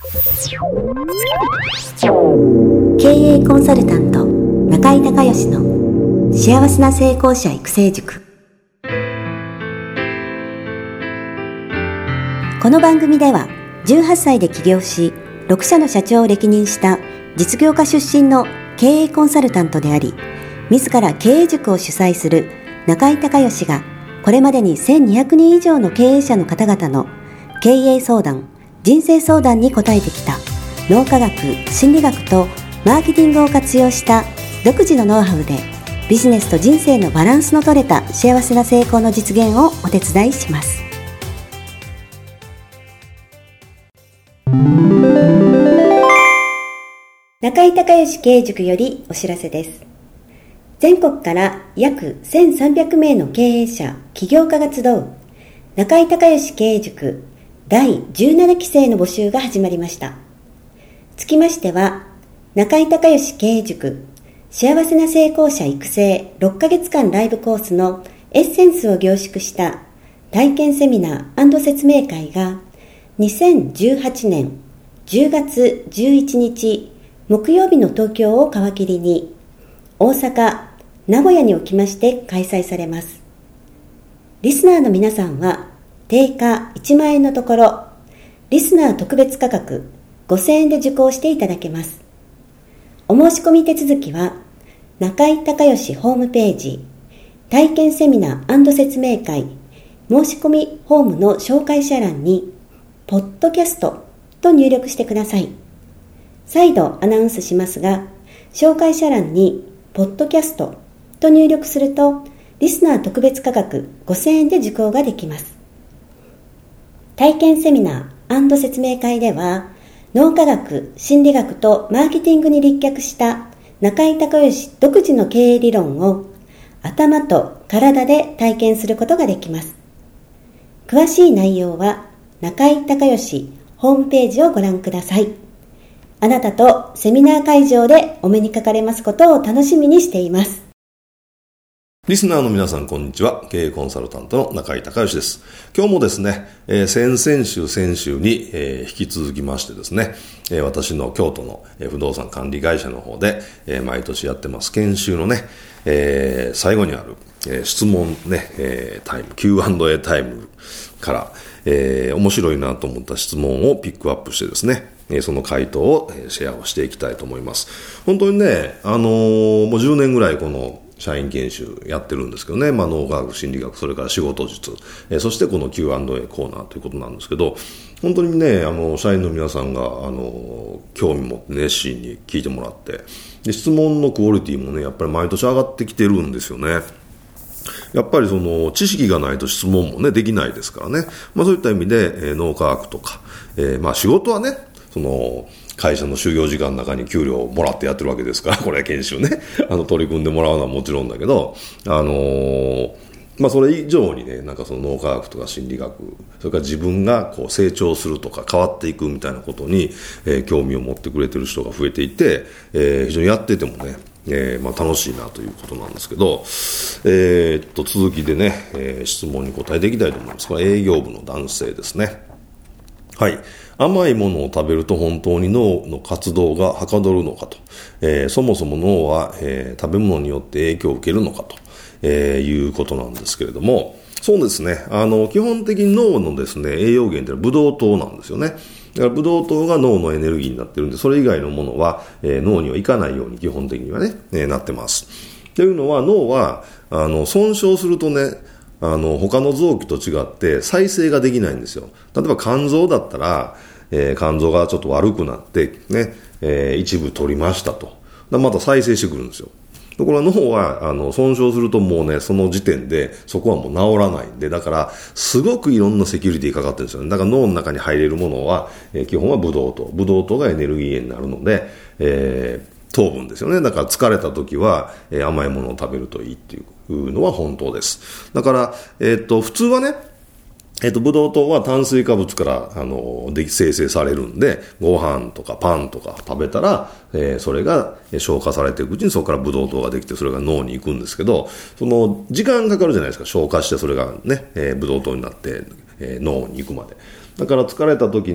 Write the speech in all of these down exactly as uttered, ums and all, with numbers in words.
経営コンサルタント中井孝義の幸せな成功者育成塾。この番組ではじゅうはっさいで起業しろくしゃの社長を歴任した実業家出身の経営コンサルタントであり、自ら経営塾を主催する中井孝義がこれまでにせんにひゃくにん以上の経営者の方々の経営相談、人生相談に応えてきた脳科学、心理学とマーケティングを活用した独自のノウハウでビジネスと人生のバランスの取れた幸せな成功の実現をお手伝いします。中井孝義経営塾よりお知らせです。全国から約せんさんびゃくめいの経営者、起業家が集う中井孝義経営塾だいじゅうななきせいの募集が始まりました。つきましては、中井孝義経営塾幸せな成功者育成ろっかげつかんライブコースのエッセンスを凝縮した体験セミナー&説明会がにせんじゅうはちねんじゅうがつじゅういちにち木曜日の東京を皮切りに大阪、名古屋におきまして開催されます。リスナーの皆さんは定価いちまんえんのところ、リスナー特別価格ごせんえんで受講していただけます。お申し込み手続きは中井孝義ホームページ体験セミナー&説明会申し込みフォームの紹介者欄にポッドキャストと入力してください。再度アナウンスしますが、紹介者欄にポッドキャストと入力するとリスナー特別価格ごせんえんで受講ができます。体験セミナー&説明会では脳科学、心理学とマーケティングに立脚した中井孝義独自の経営理論を頭と体で体験することができます。詳しい内容は中井孝義ホームページをご覧ください。あなたとセミナー会場でお目にかかれますことを楽しみにしています。 リスナーの皆さん、こんにちは。経営コンサルタントの中井孝義です。今日もですね、えー、先々週先週に、えー、引き続きましてですね、えー、私の京都の、えー、不動産管理会社の方で、えー、毎年やってます研修のね、えー、最後にある、えー、質問ね、えー、タイム キューアンドエー タイムから、えー、面白いなと思った質問をピックアップしてですね、その回答をシェアをしていきたいと思います。本当にね、あのー、もうじゅうねんぐらいこの社員研修やってるんですけどね、まあ、脳科学、心理学、それから仕事術、えー、そしてこの キューアンドエー コーナーということなんですけど、本当にね、あの社員の皆さんがあの興味持って熱心に聞いてもらって、で質問のクオリティもね、やっぱり毎年上がってきてるんですよね。やっぱりその知識がないと質問もねできないですからね、まあ、そういった意味で、えー、脳科学とか、えー、まあ仕事はね、その会社の就業時間の中に給料をもらってやってるわけですから、これ研修ね、あの取り組んでもらうのはもちろんだけど、あのー、まあそれ以上にね、なんかその脳科学とか心理学、それから自分がこう成長するとか変わっていくみたいなことに、えー、興味を持ってくれてる人が増えていて、えー、非常にやっててもね、えーまあ、楽しいなということなんですけど、えー、っと続きでね、えー、質問に答えていきたいと思います。これ営業部の男性ですね。はい。甘いものを食べると本当に脳の活動がはかどるのかと、えー、そもそも脳は、えー、食べ物によって影響を受けるのかと、えー、いうことなんですけれども、そうですね、あの基本的に脳のですね栄養源というのはブドウ糖なんですよね。だからブドウ糖が脳のエネルギーになってるんで、それ以外のものは、えー、脳には行かないように基本的にはね、えー、なってます。というのは脳はあの損傷するとね、あの他の臓器と違って再生ができないんですよ。例えば肝臓だったら、えー、肝臓がちょっと悪くなってね、えー、一部取りましたと。また再生してくるんですよ。ところが脳はあの損傷するともうね、その時点でそこはもう治らないんで、だからすごくいろんなセキュリティかかってるんですよね。だから脳の中に入れるものは、えー、基本はブドウ糖ブドウ糖がエネルギー源になるので、えー、糖分ですよね。だから疲れた時は、えー、甘いものを食べるといいっていうのは本当です。だから、えー、っと普通はね、えっと、ブドウ糖は炭水化物から、あの、で、生成されるんで、ご飯とかパンとか食べたら、えー、それが消化されていくうちにそこからブドウ糖ができて、それが脳に行くんですけど、その、時間かかるじゃないですか。消化してそれがね、えー、ブドウ糖になって、えー、脳に行くまで。だから疲れた時と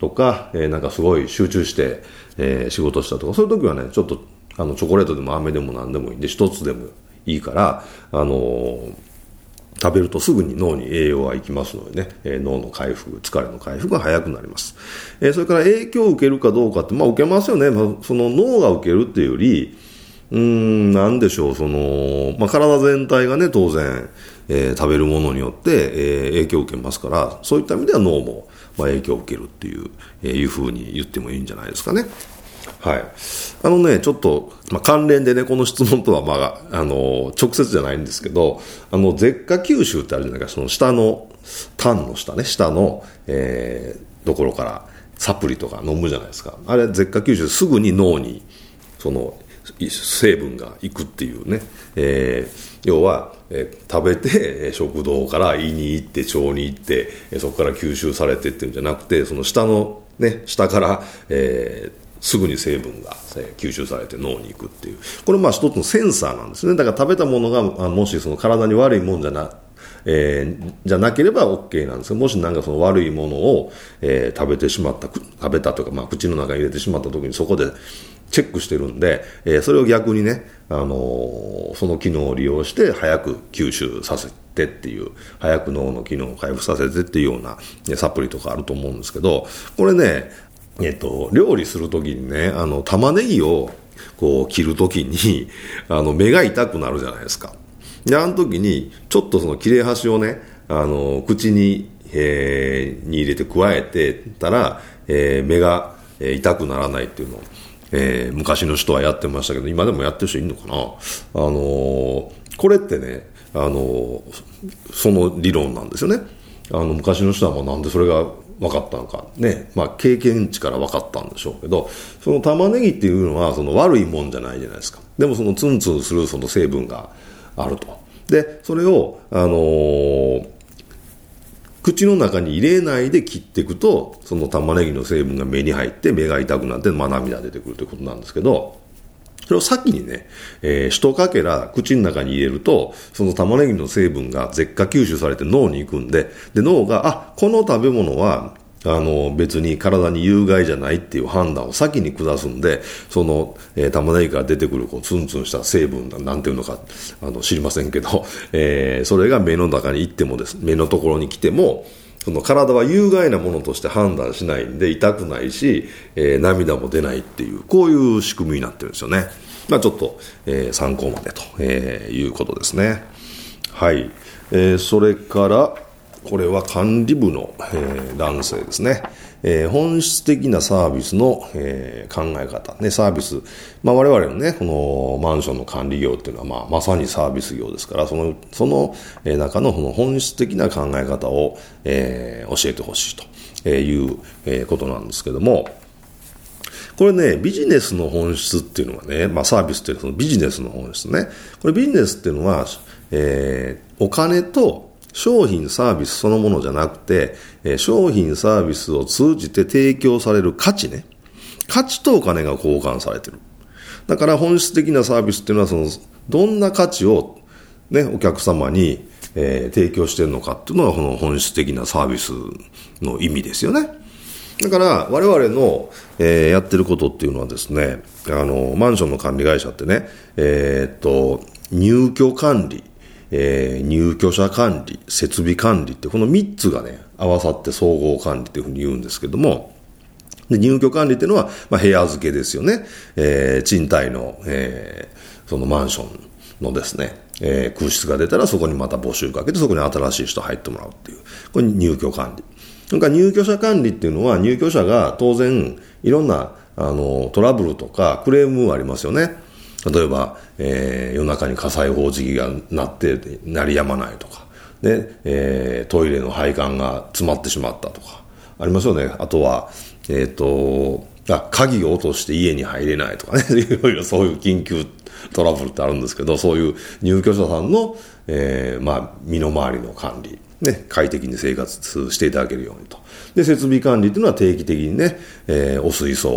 とか、えー、なんかすごい集中して、えー、仕事したとか、そういう時はね、ちょっとあのチョコレートでも飴でも何でもいいんで、一つでもいいから、あのー、食べるとすぐに脳に栄養がいきますのでね、えー、脳の回復、疲れの回復が早くなります。えー、それから影響を受けるかどうかって、まあ受けますよね。まあ、その脳が受けるっていうより、うーん、なんでしょう、その、まあ体全体がね、当然、えー、食べるものによって、えー、影響を受けますから、そういった意味では脳も、まあ、影響を受けるっていう、えー、いうふうに言ってもいいんじゃないですかね。はい。あのね、ちょっと、まあ、関連でね、この質問とは、まあ、あの、直接じゃないんですけど、あの、舌下吸収ってあるじゃないか、その下の、痰の下ね、下の、えー、ところからサプリとか飲むじゃないですか。あれ、舌下吸収すぐに脳に、その、成分がいくっていうね、えー、要は、えー、食べて食道から胃に行って腸に行って、えー、そこから吸収されてっていうんじゃなくて、その下のね、下から、えーすぐに成分が吸収されて脳に行くっていう、これまあ一つのセンサーなんですね。だから食べたものがもしその体に悪いもんじゃな、えー、じゃなければ OK なんですけど、もしなんかその悪いものを、えー、食べてしまった食べたとか、まあ、口の中に入れてしまった時にそこでチェックしてるんで、えー、それを逆にね、あのー、その機能を利用して早く吸収させてっていう、早く脳の機能を回復させてっていうような、ね、サプリとかあると思うんですけど、これね、えっと、料理するときにね、あの、玉ねぎを、こう、切るときに、あの、目が痛くなるじゃないですか。で、あの時に、ちょっとその切れ端をね、あの、口に、えー、に入れて加えてたら、えー、目が、えー、痛くならないっていうのを、えー、昔の人はやってましたけど、今でもやってる人いるのかな。あのー、これってね、あのー、その理論なんですよね。あの、昔の人はもうなんでそれが、分かったのかね、まあ経験値から分かったんでしょうけど、その玉ねぎっていうのはその悪いもんじゃないじゃないですか。でもそのツンツンするその成分があると。でそれをあのー、口の中に入れないで切っていくと、その玉ねぎの成分が目に入って目が痛くなって、まあ、涙出てくるということなんですけど、それを先にね、えー、一かけら口の中に入れると、その玉ねぎの成分が舌下吸収されて脳に行くんで、で、脳が、あ、この食べ物は、あの、別に体に有害じゃないっていう判断を先に下すんで、その、えー、玉ねぎから出てくる、こう、ツンツンした成分、なんていうのか、あの、知りませんけど、えー、それが目の中に行ってもです、目のところに来ても、その体は有害なものとして判断しないんで痛くないし、えー、涙も出ないっていう、こういう仕組みになってるんですよね。まあちょっと、えー、参考までと、えー、いうことですね。はい、えー、それからこれは管理部の、えー、男性ですね。えー、本質的なサービスの、えー、考え方、ね、サービス、まあ、我々のね、このマンションの管理業っていうのは、まあ、まさにサービス業ですから、その、その、えー、中のこの本質的な考え方を、えー、教えてほしいという、えー、ことなんですけども、これね、ビジネスの本質っていうのはね、まあサービスっていうのはそのビジネスの本質ね。これビジネスっていうのは、えー、お金と商品サービスそのものじゃなくて、えー、商品サービスを通じて提供される価値ね。価値とお金が交換されてる。だから本質的なサービスっていうのはその、どんな価値をね、お客様に、えー、提供しているのかっていうのがこの本質的なサービスの意味ですよね。だから我々の、えー、やってることっていうのはですね、あのマンションの管理会社ってね、えー、っと入居管理、えー、入居者管理、設備管理ってこのみっつがね合わさって総合管理っていうふうに言うんですけども、で入居管理っていうのは、まあ、部屋付けですよね、えー、賃貸の、えー、そのマンションのですね、えー、空室が出たらそこにまた募集かけてそこに新しい人入ってもらうっていう、これ入居管理。それから入居者管理っていうのは入居者が当然いろんなあのトラブルとかクレームありますよね。例えば、えー、夜中に火災報知器が鳴って鳴りやまないとか、で、えー、トイレの配管が詰まってしまったとかありますよね。あとは、えっと、あ、鍵を落として家に入れないとかね、いろいろそういう緊急トラブルってあるんですけど、そういう入居者さんの、えー、まあ身の回りの管理。ね、快適に生活していただけるようにと。で、設備管理というのは定期的にね、えー、お水槽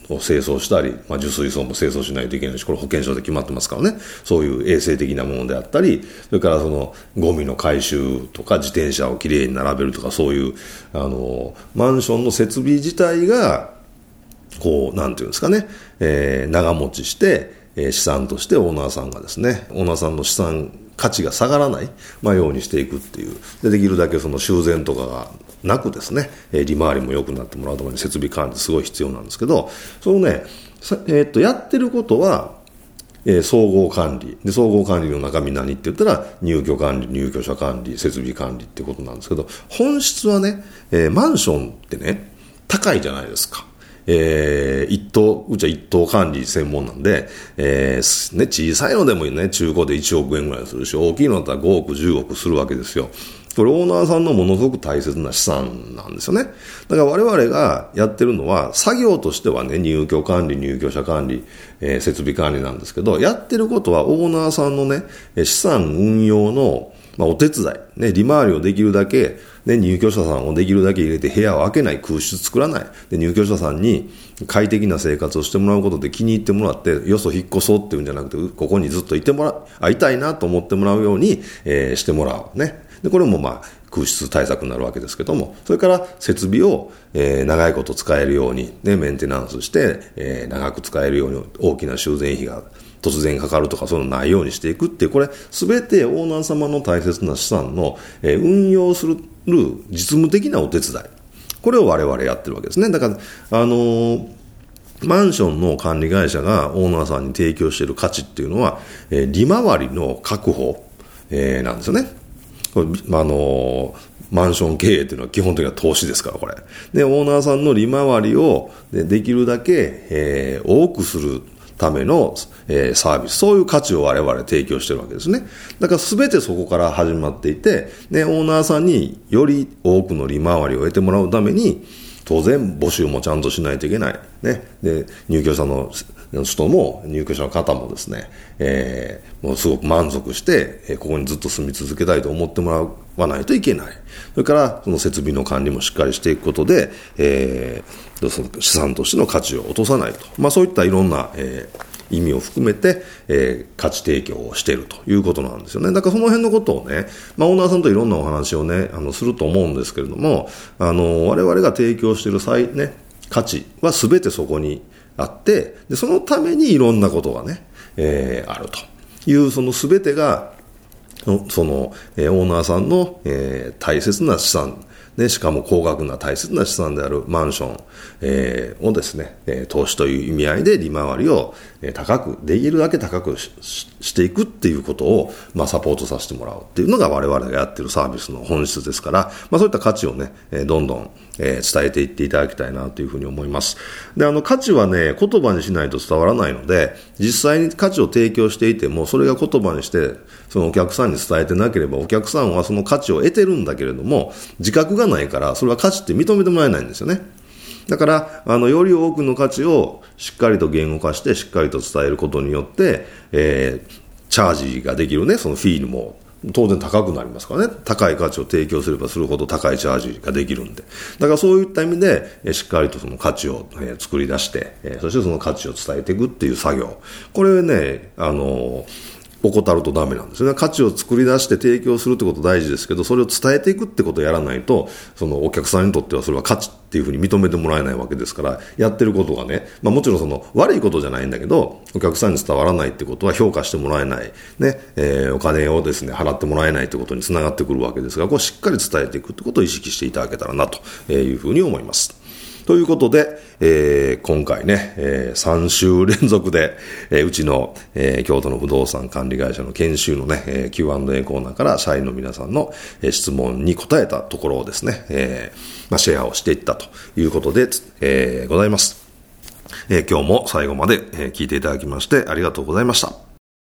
を清掃したり、まあ、受水槽も清掃しないといけないし、これ保健所で決まってますからね、そういう衛生的なものであったり、それからそのゴミの回収とか自転車をきれいに並べるとか、そういうあのマンションの設備自体がこうなんていうんですかね、えー、長持ちして、えー、資産としてオーナーさんがですね、オーナーさんの資産価値が下がらない、まあ、ようにしていくっていう。で、できるだけその修繕とかがなくですね、えー、利回りも良くなってもらうために設備管理すごい必要なんですけど、そのね、えー、っとやってることは、えー、総合管理で、総合管理の中身何って言ったら入居管理、入居者管理、設備管理ってことなんですけど、本質はね、えー、マンションってね高いじゃないですか。えー、一棟、うちは一棟管理専門なんで、えーね、小さいのでもね、中古でいちおくえんぐらいするし、大きいのだったらごおく、じゅうおくするわけですよ。これオーナーさんのものすごく大切な資産なんですよね。だから我々がやってるのは、作業としてはね、入居管理、入居者管理、えー、設備管理なんですけど、やってることはオーナーさんのね、資産運用の、まあ、お手伝い、ね、利回りをできるだけ、ね、入居者さんをできるだけ入れて部屋を開けない、空室作らない。で、入居者さんに快適な生活をしてもらうことで気に入ってもらって、よそ引っ越そうっていうんじゃなくて、ここにずっといてもらう、会いたいなと思ってもらうように、えー、してもらう。ね。で、これもまあ、空室対策になるわけですけども、それから設備を、えー、長いこと使えるように、ね、メンテナンスして、えー、長く使えるように大きな修繕費が突然かかるとかそういうのないようにしていくっていう、これ全てオーナー様の大切な資産の、えー、運用する実務的なお手伝い、これを我々やってるわけですね。だからあのー、マンションの管理会社がオーナーさんに提供している価値っていうのは、えー、利回りの確保、えー、なんですよね。これあのーマンション経営というのは基本的には投資ですから、これ。で、オーナーさんの利回りを で, できるだけ、えー、多くするための、えー、サービス、そういう価値を我々提供しているわけですね。だから全てそこから始まっていて、ね、オーナーさんにより多くの利回りを得てもらうために、当然募集もちゃんとしないといけない。ね。で、入居者の人も、入居者の方もですね、えー、もうすごく満足して、えー、ここにずっと住み続けたいと思ってもらわないといけない。それから、その設備の管理もしっかりしていくことで、えー、その資産としての価値を落とさないと。まあそういったいろんな、えー意味を含めて、えー、価値提供をしているということなんですよね。だからその辺のことをね、まあ、オーナーさんといろんなお話をね、あのすると思うんですけれども、あの我々が提供している最、ね、価値は全てそこにあって、でそのためにいろんなことがね、えー、あるというその全てがその、えー、オーナーさんの、えー、大切な資産で、しかも高額な大切な資産であるマンション、えー、をですね、えー、投資という意味合いで利回りを、えー、高く、できるだけ高く し, していくっていうことを、まあ、サポートさせてもらうっていうのが我々がやっているサービスの本質ですから、まあ、そういった価値をね、えー、どんどん、えー、伝えていっていただきたいなというふうに思います。で、あの価値はね、言葉にしないと伝わらないので、実際に価値を提供していても、それが言葉にしてそのお客さんに伝えてなければ、お客さんはその価値を得てるんだけれども、自覚がないから、それは価値って認めてもらえないんですよね。だから、あの、より多くの価値をしっかりと言語化して、しっかりと伝えることによって、えー、チャージができるね、そのフィーも当然高くなりますからね。高い価値を提供すればするほど高いチャージができるんで。だからそういった意味で、えー、しっかりとその価値を、えー、作り出して、えー、そしてその価値を伝えていくっていう作業。これね、あのー、怠るとダメなんですよね。価値を作り出して提供するってこと大事ですけど、それを伝えていくってことをやらないと、そのお客さんにとってはそれは価値っていうふうに認めてもらえないわけですから、やってることがね、まあもちろんその悪いことじゃないんだけど、お客さんに伝わらないってことは評価してもらえない、ね、えー、お金をですね、払ってもらえないってことにつながってくるわけですが、これしっかり伝えていくってことを意識していただけたらなというふうに思います。ということで、えー、今回ね、えー、さん週連続で、えー、うちの、えー、京都の不動産管理会社の研修のね、えー、キューアンドエー コーナーから社員の皆さんの、えー、質問に答えたところをですね、えーまあ、シェアをしていったということで、えー、ございます。えー、今日も最後まで、えー、聞いていただきましてありがとうございました。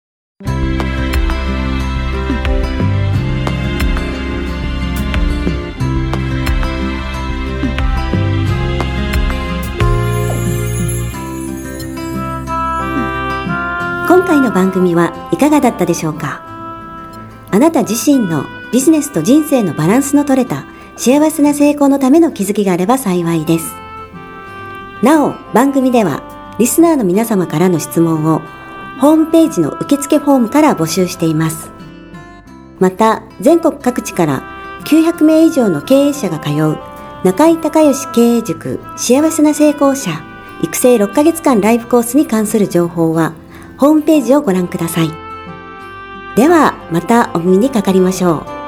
今回の番組はいかがだったでしょうか。あなた自身のビジネスと人生のバランスの取れた幸せな成功のための気づきがあれば幸いです。 なお、番組ではリスナーの皆様からの質問をホームページの受付フォームから募集しています。また、全国各地からきゅうひゃくめい以上の経営者が通う中井孝義経営塾幸せな成功者育成ろっかげつかんライブコースに関する情報はホームページをご覧ください。ではまたお耳にかかりましょう。